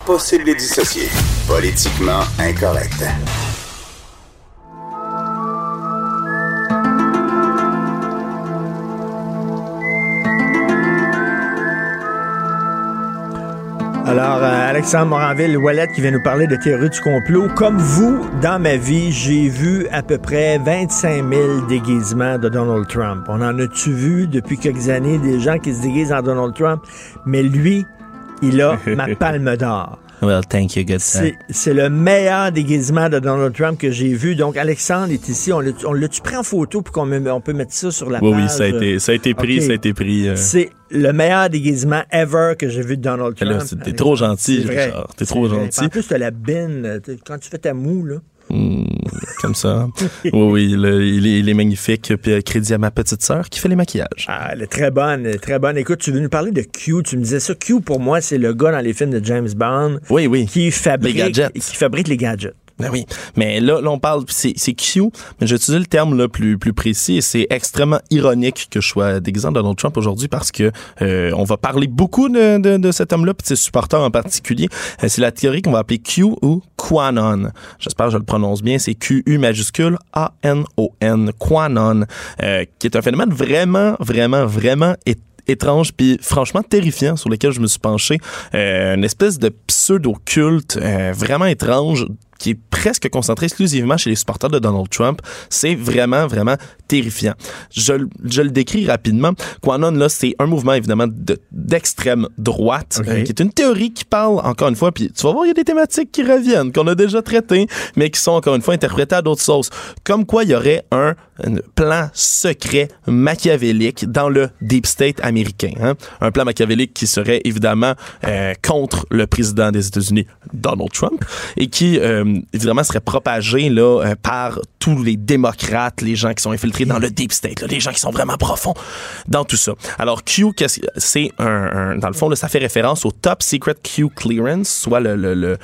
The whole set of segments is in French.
Possible de dissocier. Politiquement incorrect. Alors, Alexandre Moranville-Ouellette qui vient nous parler de théorie du complot. Comme vous, dans ma vie, j'ai vu à peu près 25 000 déguisements de Donald Trump. On en a-tu vu depuis quelques années des gens qui se déguisent en Donald Trump? Mais lui, il a ma palme d'or. Well, thank you, good sir. C'est le meilleur déguisement de Donald Trump que j'ai vu. Donc, Alexandre est ici. On l'a-tu pris en photo pour on peut mettre ça sur la page? Oui, ça a été pris, okay. Ça a été pris. C'est le meilleur déguisement ever que j'ai vu de Donald Trump. Là, t'es trop gentil, Richard. T'es trop gentil. En plus, t'as la bine. Quand tu fais ta moue, là. Comme ça. Oui, il est magnifique. Puis crédit à ma petite sœur qui fait les maquillages. Ah, elle est très bonne, très bonne. Écoute, tu veux nous parler de Q. Tu me disais ça. Q, pour moi, c'est le gars dans les films de James Bond. Oui. Qui fabrique les gadgets. Ben oui, mais là on parle, c'est Q, mais j'ai utilisé le terme là plus précis et c'est extrêmement ironique que je sois déguisé en Donald Trump aujourd'hui parce que on va parler beaucoup de cet homme-là puis de ses supporters en particulier. C'est la théorie qu'on va appeler Q ou QAnon. J'espère que je le prononce bien, c'est QU majuscule ANON, QAnon, qui est un phénomène vraiment étrange puis franchement terrifiant sur lequel je me suis penché. Une espèce de pseudo-culte vraiment étrange qui est presque concentré exclusivement chez les supporters de Donald Trump. C'est vraiment terrifiant. Je le décris rapidement. QAnon, là, c'est un mouvement, évidemment, d'extrême droite, qui est une théorie qui parle, encore une fois, puis tu vas voir, il y a des thématiques qui reviennent, qu'on a déjà traitées, mais qui sont, encore une fois, interprétées à d'autres sauces. Comme quoi, il y aurait un plan secret machiavélique dans le Deep State américain. Hein? Un plan machiavélique qui serait, évidemment, contre le président des États-Unis, Donald Trump, et qui évidemment serait propagé là par tous les démocrates, les gens qui sont infiltrés dans le Deep State, là, les gens qui sont vraiment profonds dans tout ça. Alors Q, c'est dans le fond là, ça fait référence au Top Secret Q Clearance, soit le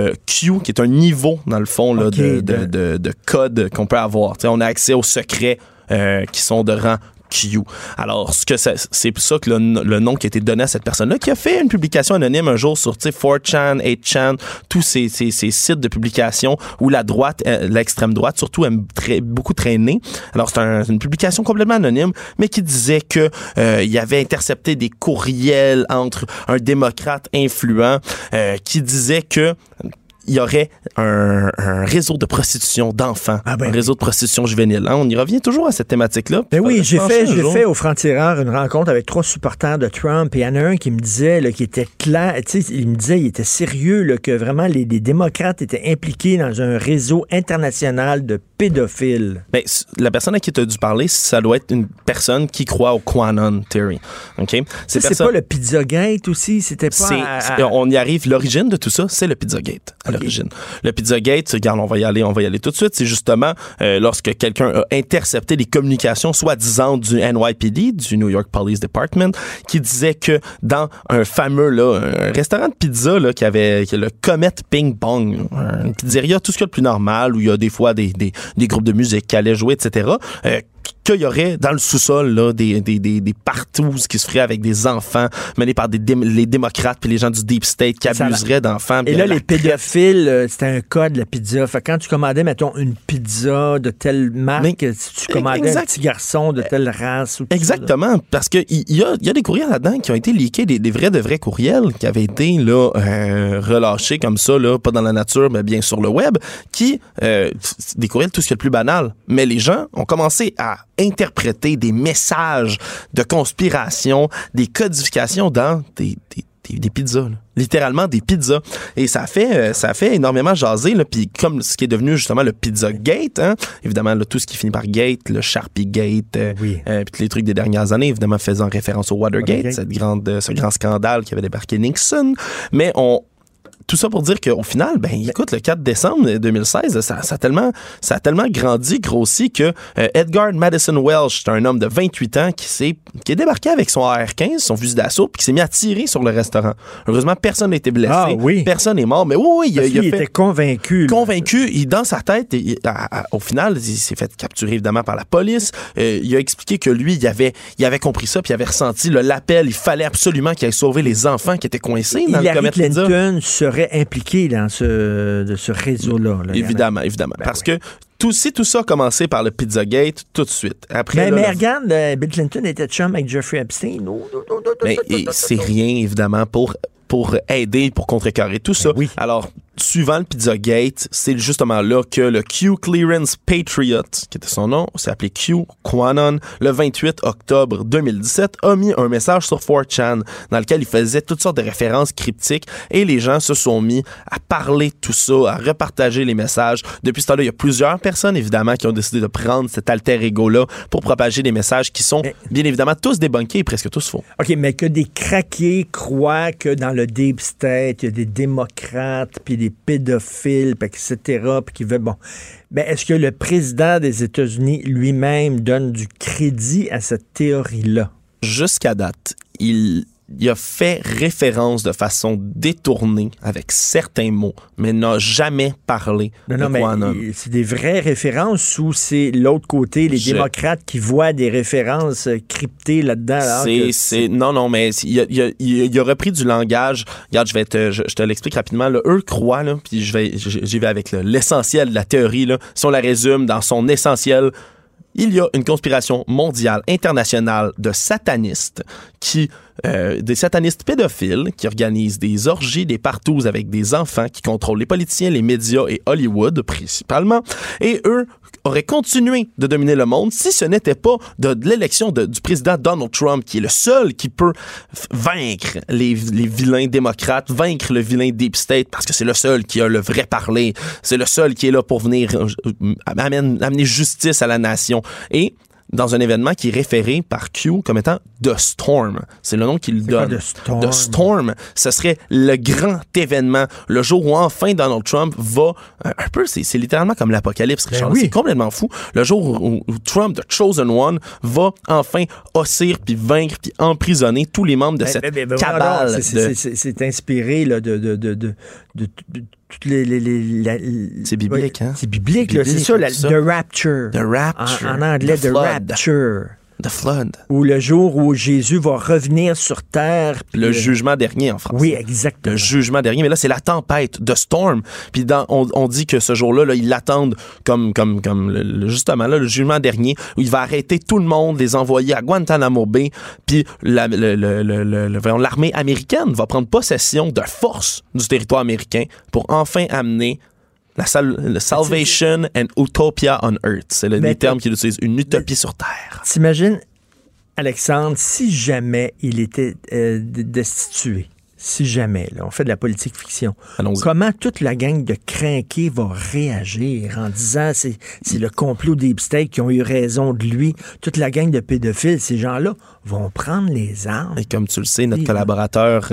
Q qui est un niveau dans le fond là, de code qu'on peut avoir. T'sais, on a accès aux secrets qui sont de rang Q. Alors, c'est pour ça que le nom qui a été donné à cette personne-là, qui a fait une publication anonyme un jour sur 4chan, 8chan, tous ces sites de publication où la droite, l'extrême droite, surtout, aime beaucoup traîner. Alors, c'est une publication complètement anonyme, mais qui disait que il avait intercepté des courriels entre un démocrate influent qui disait que il y aurait un réseau de prostitution d'enfants, un réseau de prostitution juvénile. Hein? On y revient toujours à cette thématique-là. Ben oui, j'ai fait au Franc-Tireur une rencontre avec 3 supporters de Trump et il y en a un qui me disait là, qui était clair, il me disait, il était sérieux, là, que vraiment les démocrates étaient impliqués dans un réseau international de pédophiles. Ben, la personne à qui tu as dû parler, ça doit être une personne qui croit au QAnon Theory. Okay? C'est pas le Pizzagate aussi? C'était pas... On y arrive. L'origine de tout ça, c'est le Pizzagate. L'origine. Le Pizzagate, regarde, on va y aller tout de suite. C'est justement lorsque quelqu'un a intercepté les communications soi-disant du NYPD, du New York Police Department, qui disait que dans un fameux là, un restaurant de pizza là, qui avait le Comet Ping Pong, une pizzeria, tout ce qu'il y a de plus normal, où il y a des fois des groupes de musique qui allaient jouer, etc., qu'il y aurait dans le sous-sol là, des partouzes qui se feraient avec des enfants menés par les démocrates puis les gens du Deep State qui abuseraient d'enfants. Et là, les pédophiles, c'était un code, la pizza. Fait que quand tu commandais, mettons, une pizza de telle marque, si tu commandais un petit garçon de telle race ou tout exactement, ça, parce qu'il y a des courriels là-dedans qui ont été leakés, des vrais courriels qui avaient été là, relâchés comme ça, là, pas dans la nature, mais bien sur le web, qui, des courriels tout ce qui est le plus banal. Mais les gens ont commencé à interpréter des messages de conspiration, des codifications dans des pizzas, là. Littéralement des pizzas. Et ça fait énormément jaser, là. Puis comme ce qui est devenu justement le Pizzagate, hein, évidemment là, tout ce qui finit par Gate, le Sharpie Gate, puis les trucs des dernières années, évidemment faisant référence au Watergate, ce grand scandale qui avait débarqué Nixon. Mais tout ça pour dire qu'au final, ben écoute, le 4 décembre 2016, ça a tellement grossi que Edgar Madison Welch, c'est un homme de 28 ans qui est débarqué avec son AR-15, son fusil d'assaut, puis qui s'est mis à tirer sur le restaurant. Heureusement, personne n'a été blessé. Ah, oui. Personne n'est mort, mais il était convaincu. Dans sa tête, au final, il s'est fait capturer évidemment par la police. Il a expliqué que lui, il avait compris ça, puis il avait ressenti l'appel. Il fallait absolument qu'il aille sauver les enfants qui étaient coinцés dans le commerce. Clinton serait impliqué dans ce réseau-là. Là, évidemment. Parce que tout ça a commencé par le Pizzagate tout de suite. Après, mais regarde, Bill Clinton était chum avec Jeffrey Epstein. Mais c'est rien, évidemment, pour aider, pour contrecarrer tout ça. Oui. Alors, suivant le Pizzagate, c'est justement là que le Q Clearance Patriot, qui était son nom, s'est appelé Q Quanon, le 28 octobre 2017, a mis un message sur 4chan dans lequel il faisait toutes sortes de références cryptiques et les gens se sont mis à parler de tout ça, à repartager les messages. Depuis ce temps-là, il y a plusieurs personnes, évidemment, qui ont décidé de prendre cet alter ego-là pour propager des messages qui sont, bien évidemment, tous débunkés et presque tous faux. OK, mais que des craqués croient que dans le Deep State, il y a des démocrates, puis des pédophiles, etc., puis qui veulent... Bon. Mais est-ce que le président des États-Unis lui-même donne du crédit à cette théorie-là? Jusqu'à date, il a fait référence de façon détournée avec certains mots, mais n'a jamais parlé de Quanon. Mais c'est des vraies références ou c'est l'autre côté, les démocrates qui voient des références cryptées là-dedans? Non, mais il a repris du langage. Regarde, je te l'explique rapidement. Là. Eux croient, là, puis j'y vais avec l'essentiel de la théorie. Là. Si on la résume dans son essentiel, il y a une conspiration mondiale, internationale de satanistes des satanistes pédophiles qui organisent des orgies, des partous avec des enfants, qui contrôlent les politiciens, les médias et Hollywood principalement. Et eux auraient continué de dominer le monde si ce n'était pas de l'élection du président Donald Trump, qui est le seul qui peut vaincre les vilains démocrates, vaincre le vilain Deep State, parce que c'est le seul qui a le vrai parler. C'est le seul qui est là pour venir amener justice à la nation. Et dans un événement qui est référé par Q comme étant The Storm. C'est le nom qu'il donne. The Storm, ce serait le grand événement, le jour où enfin Donald Trump va un peu, c'est littéralement comme l'apocalypse, Richard. Oui. C'est complètement fou. Le jour où Trump, The Chosen One, va enfin ossir puis vaincre puis emprisonner tous les membres de cette cabale. C'est inspiré là, de toutes c'est biblique, hein? C'est biblique, là, c'est ça, The Rapture. The Rapture. En anglais, The Rapture. The Flood. Ou le jour où Jésus va revenir sur terre. Le jugement dernier en français. Oui, exactement. Le jugement dernier. Mais là, c'est la tempête, The Storm. Puis on dit que ce jour-là, là, ils l'attendent comme justement là, le jugement dernier, où il va arrêter tout le monde, les envoyer à Guantanamo Bay. Puis l'armée américaine va prendre possession de force du territoire américain pour enfin amener le Salvation and Utopia on Earth. C'est les termes qu'il utilise. Une utopie sur Terre. T'imagines, Alexandre, si jamais il était destitué, si jamais, là, on fait de la politique fiction, comment toute la gang de crinqués va réagir en disant c'est le complot Deep State qui ont eu raison de lui, toute la gang de pédophiles, ces gens-là vont prendre les armes. Et comme tu le sais, notre collaborateur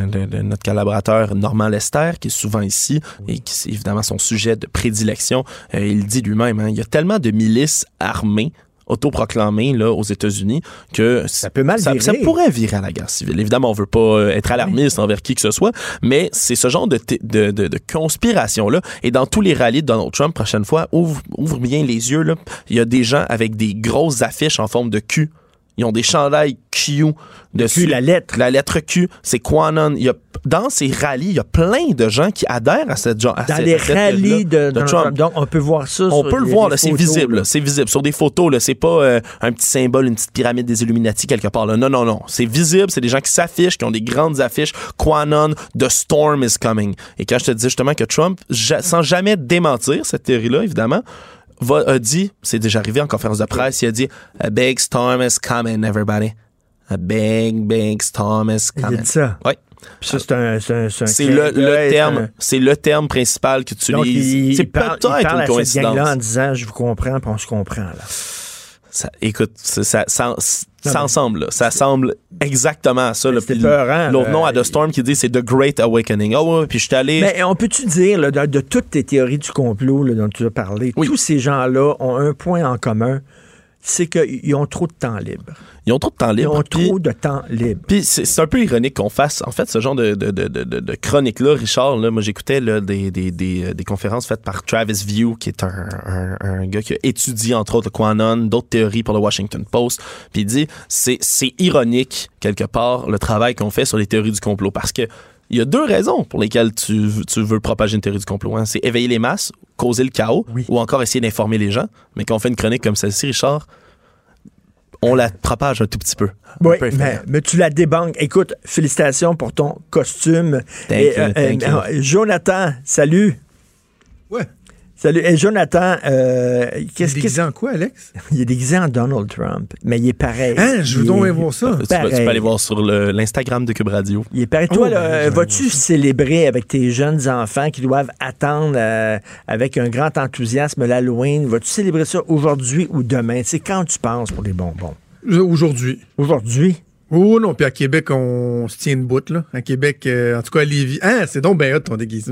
Normand Lester, qui est souvent ici et qui c'est évidemment son sujet de prédilection, il dit lui-même, hein, il y a tellement de milices armées autoproclamé là, aux États-Unis que ça peut mal virer. Ça pourrait virer à la guerre civile. Évidemment, on veut pas être alarmiste envers qui que ce soit, mais c'est ce genre de conspiration-là. Et dans tous les rallyes de Donald Trump, prochaine fois, ouvre bien les yeux. Là. Il y a des gens avec des grosses affiches en forme de Q. Ils ont des chandails Q dessus. Q, la lettre. La lettre Q, c'est Quanon. Dans ces rallyes, il y a plein de gens qui adhèrent à cette genre. Dans les rallyes de Trump. Donc, on peut voir ça. On peut le voir, là, c'est visible. C'est visible. Sur des photos, là, c'est pas un petit symbole, une petite pyramide des Illuminati quelque part. Là. Non. C'est visible. C'est des gens qui s'affichent, qui ont des grandes affiches. Quanon, The Storm is coming. Et quand je te dis justement que Trump, sans jamais démentir cette théorie-là, évidemment, a dit, c'est déjà arrivé en conférence de presse, il a dit « A big storm is coming, everybody. A big storm is coming. » Il a dit ça? Oui. Puis ça, c'est le terme principal qu'il utilise. C'est peut-être une coïncidence. Cette gang-là en disant « Je vous comprends, puis on se comprend. » là. Ça ensemble, là. Ça semble exactement à ça. C'était peurant. L'autre nom à The Storm qui dit c'est The Great Awakening. Oh, ouais, puis je suis allé. Mais on peut-tu dire, là, de toutes tes théories du complot là, dont tu as parlé, tous ces gens-là ont un point en commun, c'est qu'ils ont trop de temps libre. Ils ont trop de temps libre. Ils ont trop de temps libre. Puis c'est un peu ironique qu'on fasse, en fait, ce genre de chronique-là, Richard. Là, moi, j'écoutais là, des conférences faites par Travis View, qui est un gars qui a étudié, entre autres, le Quanon, d'autres théories pour le Washington Post. Puis il dit, c'est ironique, quelque part, le travail qu'on fait sur les théories du complot. Parce que il y a 2 raisons pour lesquelles tu veux propager une théorie du complot. Hein. C'est éveiller les masses, causer le chaos, ou encore essayer d'informer les gens. Mais quand on fait une chronique comme celle-ci, Richard, on la propage un tout petit peu. Oui, mais tu la débanques. Écoute, félicitations pour ton costume. Thank you. Jonathan, salut. Ouais. Salut. Et Jonathan, Il est déguisé en quoi, Alex? Il est déguisé en Donald Trump, mais il est pareil. Hein? Je veux donc aller voir ça. Tu peux aller voir sur l'Instagram de Cube Radio. Il est pareil. Toi, là, vas-tu célébrer avec tes jeunes enfants qui doivent attendre avec un grand enthousiasme l'Halloween? Vas-tu célébrer ça aujourd'hui ou demain? C'est quand tu penses pour les bonbons? Aujourd'hui. Aujourd'hui? Oh non, puis à Québec, on se tient une bout, là. À Québec, en tout cas à Lévis. Ah, c'est donc bien hot, ton déguisement.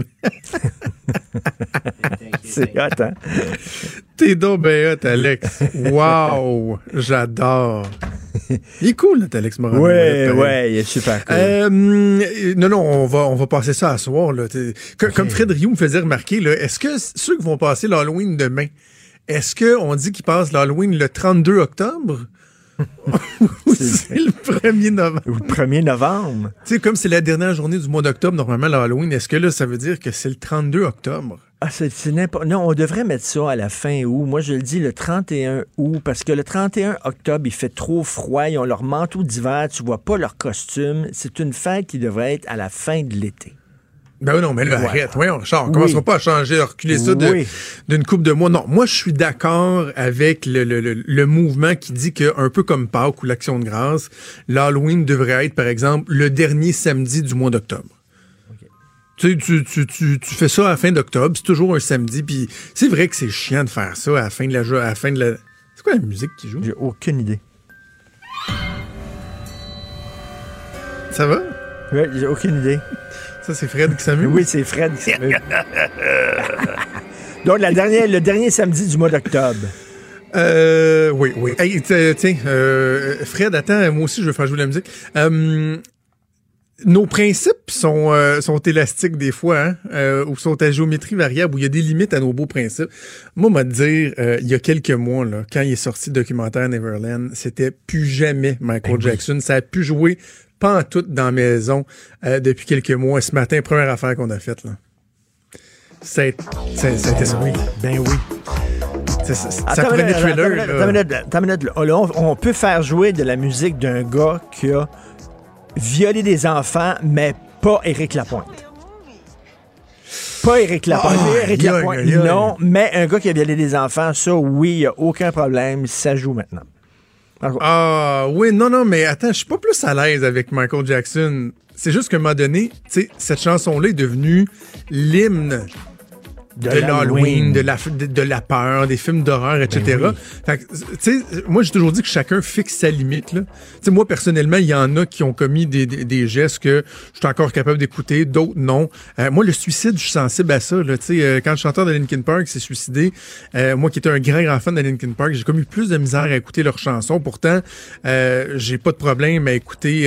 C'est hot, hein? T'es donc bien hot, Alex. Wow! J'adore. Il est cool, notre Alex Morin. Ouais, il est super cool. Non, on va passer ça à soir, là. Comme Fred Rioux me faisait remarquer, là, est-ce que ceux qui vont passer l'Halloween demain, est-ce qu'on dit qu'ils passent l'Halloween le 32 octobre? Ou c'est le 1er novembre? Ou le 1er novembre. Tu sais, comme c'est la dernière journée du mois d'octobre, normalement, l'Halloween, est-ce que là, ça veut dire que c'est le 32 octobre? Ah, c'est n'importe... Non, on devrait mettre ça à la fin août. Moi, je le dis le 31 août, parce que le 31 octobre, il fait trop froid. Ils ont leur manteau d'hiver, tu vois pas leur costume. C'est une fête qui devrait être à la fin de l'été. Ben non, mais là, arrête. Oui, on commencera pas à changer, à reculer ça d'une couple de mois. Non, moi, je suis d'accord avec le mouvement qui dit que, un peu comme Pâques ou l'Action de grâce, l'Halloween devrait être, par exemple, le dernier samedi du mois d'octobre. Okay. Tu fais ça à la fin d'octobre, c'est toujours un samedi, puis c'est vrai que c'est chiant de faire ça à la fin de la... C'est quoi la musique qui joue? J'ai aucune idée. Ça va? Oui, j'ai aucune idée. Ça, c'est Fred qui s'amuse? Oui, c'est Fred qui s'amuse. Donc, le dernier samedi du mois d'octobre. Oui. Hey, tiens, Fred, attends, moi aussi, je veux faire jouer la musique. Nos principes sont élastiques des fois, hein, ou sont à géométrie variable, où il y a des limites à nos beaux principes. Moi, m'a dire, il y a quelques mois, là, quand il est sorti le documentaire Neverland, c'était plus jamais Michael Jackson. Ça a pu jouer pas en tout dans la maison depuis quelques mois. Ce matin, première affaire qu'on a faite, là. C'était ça. Oui, ben oui. Ça prenait Thriller. Attends une minute, là, on peut faire jouer de la musique d'un gars qui a violé des enfants, mais pas Éric Lapointe. Pas Éric Lapointe. Éric Lapointe, non, mais un gars qui a violé des enfants, ça, oui, il n'y a aucun problème, ça joue maintenant. Ah, oui, non, mais attends, je suis pas plus à l'aise avec Michael Jackson. C'est juste qu'à un moment donné, tu sais, cette chanson-là est devenue l'hymne de l'Halloween, de la peur, des films d'horreur, etc. Ben oui. Fait que, tu sais, moi, j'ai toujours dit que chacun fixe sa limite, là. Tu sais, moi, personnellement, il y en a qui ont commis des gestes que je suis encore capable d'écouter, d'autres non. Moi, le suicide, je suis sensible à ça, là. Tu sais, quand le chanteur de Linkin Park s'est suicidé, moi qui étais un grand fan de Linkin Park, j'ai comme eu plus de misère à écouter leurs chansons. Pourtant, j'ai pas de problème à écouter,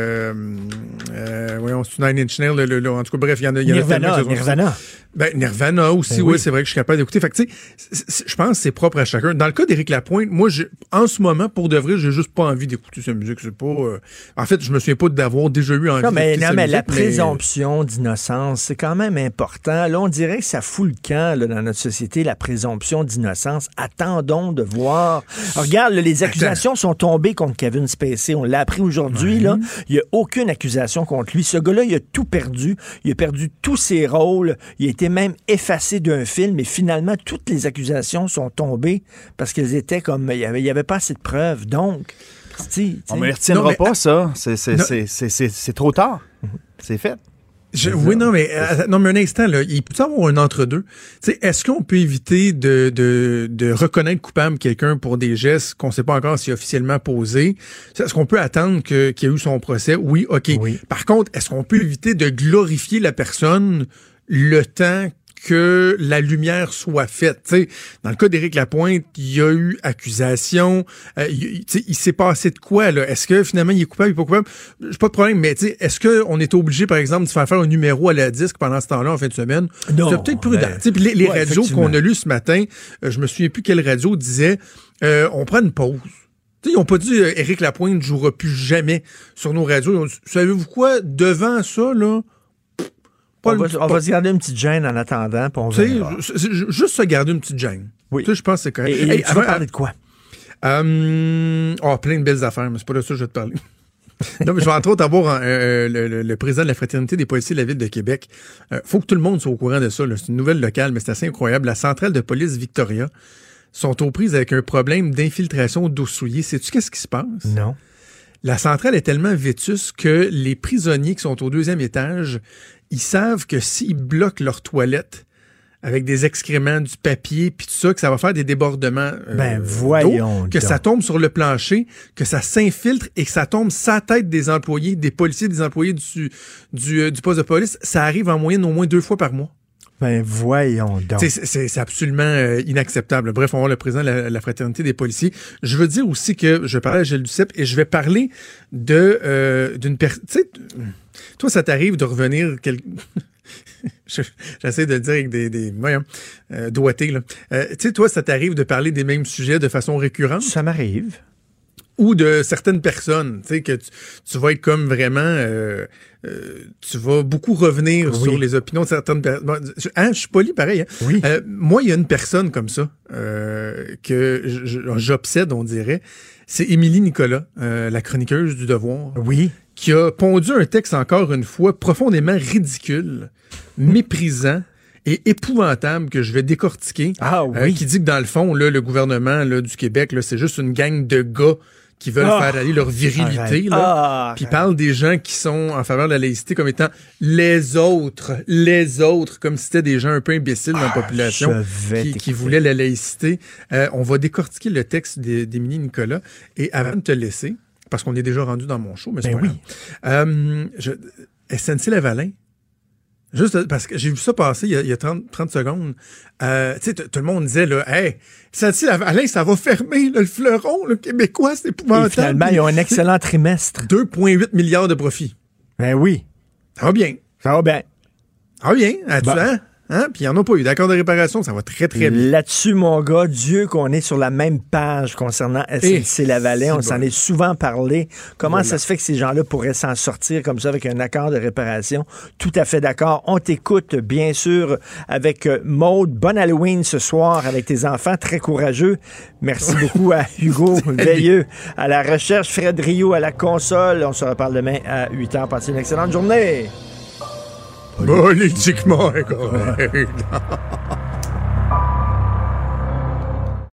voyons, c'est Nine Inch Nails, en tout cas, bref, il y en a Nirvana. Ben, Nirvana aussi, oui, c'est vrai que je suis capable d'écouter. Fait que, tu sais, je pense que c'est propre à chacun. Dans le cas d'Éric Lapointe, moi, en ce moment, pour de vrai, j'ai juste pas envie d'écouter sa musique. C'est pas... En fait, je me souviens pas d'avoir déjà eu envie d'écouter sa musique. La présomption d'innocence, c'est quand même important. Là, on dirait que ça fout le camp là, dans notre société, la présomption d'innocence. Attendons de voir. Alors, regarde, là, les accusations sont tombées contre Kevin Spacey. On l'a appris aujourd'hui. Là, il n'y a aucune accusation contre lui. Ce gars-là, il a tout perdu. Il a perdu tous ses rôles. Il a été même effacé d'un film, et finalement, toutes les accusations sont tombées parce qu'elles étaient comme... Il n'y avait pas assez de preuves. Donc, on ne me retiendra pas, ça. C'est trop tard. C'est fait. Mais un instant, là, il peut y avoir un entre-deux. T'sais, est-ce qu'on peut éviter de reconnaître coupable quelqu'un pour des gestes qu'on ne sait pas encore si officiellement posés? Est-ce qu'on peut attendre qu'il y ait eu son procès? Oui, OK. Oui. Par contre, est-ce qu'on peut éviter de glorifier la personne le temps que la lumière soit faite? T'sais, dans le cas d'Éric Lapointe, il y a eu accusation. Il s'est passé de quoi, là? Est-ce que finalement il est coupable, il est pas coupable? J'ai pas de problème, mais est-ce qu'on est obligé, par exemple, de faire un numéro à la disque pendant ce temps-là, en fin de semaine? Non. C'est peut-être prudent. Les radios qu'on a lues ce matin, je me souviens plus quelle radio disait on prend une pause. T'sais, ils n'ont pas dit Éric Lapointe ne jouera plus jamais sur nos radios. Savez-vous quoi? Devant ça, là, pas on va se garder une petite gêne en attendant, puis on verra. Juste se garder une petite gêne. Oui. Tu sais, je pense que c'est correct. Et tu vas parler de quoi? Plein de belles affaires, mais c'est pas de ça que je vais te parler. Non, mais je vais entre autres avoir le président de la Fraternité des policiers de la Ville de Québec. Faut que tout le monde soit au courant de ça. Là. C'est une nouvelle locale, mais c'est assez incroyable. La centrale de police Victoria sont aux prises avec un problème d'infiltration d'eau souillée. Sais-tu qu'est-ce qui se passe? Non. La centrale est tellement vétuste que les prisonniers qui sont au 2e étage, ils savent que s'ils bloquent leur toilette avec des excréments, du papier, puis tout ça, que ça va faire des débordements voyons d'eau, que ça tombe sur le plancher, que ça s'infiltre et que ça tombe sa tête des employés, des policiers, des employés du poste de police. Ça arrive en moyenne au moins 2 fois par mois. Ben voyons donc. C'est absolument inacceptable. Bref, on va voir le président de la Fraternité des policiers. Je veux dire aussi que je vais parler à Gilles Duceppe et je vais parler d'une personne... Tu sais, toi, ça t'arrive de revenir... J'essaie de le dire avec des doigtés, là. Tu sais, toi, ça t'arrive de parler des mêmes sujets de façon récurrente? Ça m'arrive. Ou de certaines personnes, tu sais, que tu vas être comme vraiment... tu vas beaucoup revenir sur les opinions de certaines personnes. Bon, je suis poli pareil. Hein? Oui. Moi, il y a une personne comme ça que j'obsède, on dirait. C'est Émilie Nicolas, la chroniqueuse du Devoir. Oui. Qui a pondu un texte, encore une fois, profondément ridicule, méprisant et épouvantable que je vais décortiquer. Ah oui. Qui dit que dans le fond, là, le gouvernement là, du Québec, là, c'est juste une gang de gars qui veulent faire aller leur virilité. Puis parle des gens qui sont en faveur de la laïcité comme étant les autres, comme si c'était des gens un peu imbéciles dans la population qui voulaient la laïcité. On va décortiquer le texte d'Émilie Nicolas. Et avant de te laisser, parce qu'on est déjà rendu dans mon show, mais c'est pas grave. SNC-Lavalin, juste parce que j'ai vu ça passer il y a 30 secondes. Tu sais, tout le monde disait, là, hey, SNC-Lavalin, ça va fermer, là, le fleuron, le québécois, c'est épouvantable. Et finalement, ils ont un excellent trimestre. 2,8 milliards de profits. Ben oui. Ça va bien. Ça va bien. Ça va bien. Puis il n'y en a pas eu d'accord de réparation, ça va très, très bien. Là-dessus, mon gars, Dieu qu'on est sur la même page concernant SNC-Lavalin. On s'en est souvent parlé. Comment ça se fait que ces gens-là pourraient s'en sortir comme ça avec un accord de réparation? Tout à fait d'accord. On t'écoute, bien sûr, avec Maude. Bonne Halloween ce soir avec tes enfants, très courageux. Merci beaucoup à Hugo Veilleux à la recherche, Fred Rio à la console. On se reparle demain à 8h. Passez une excellente journée. Politiquement incorrect.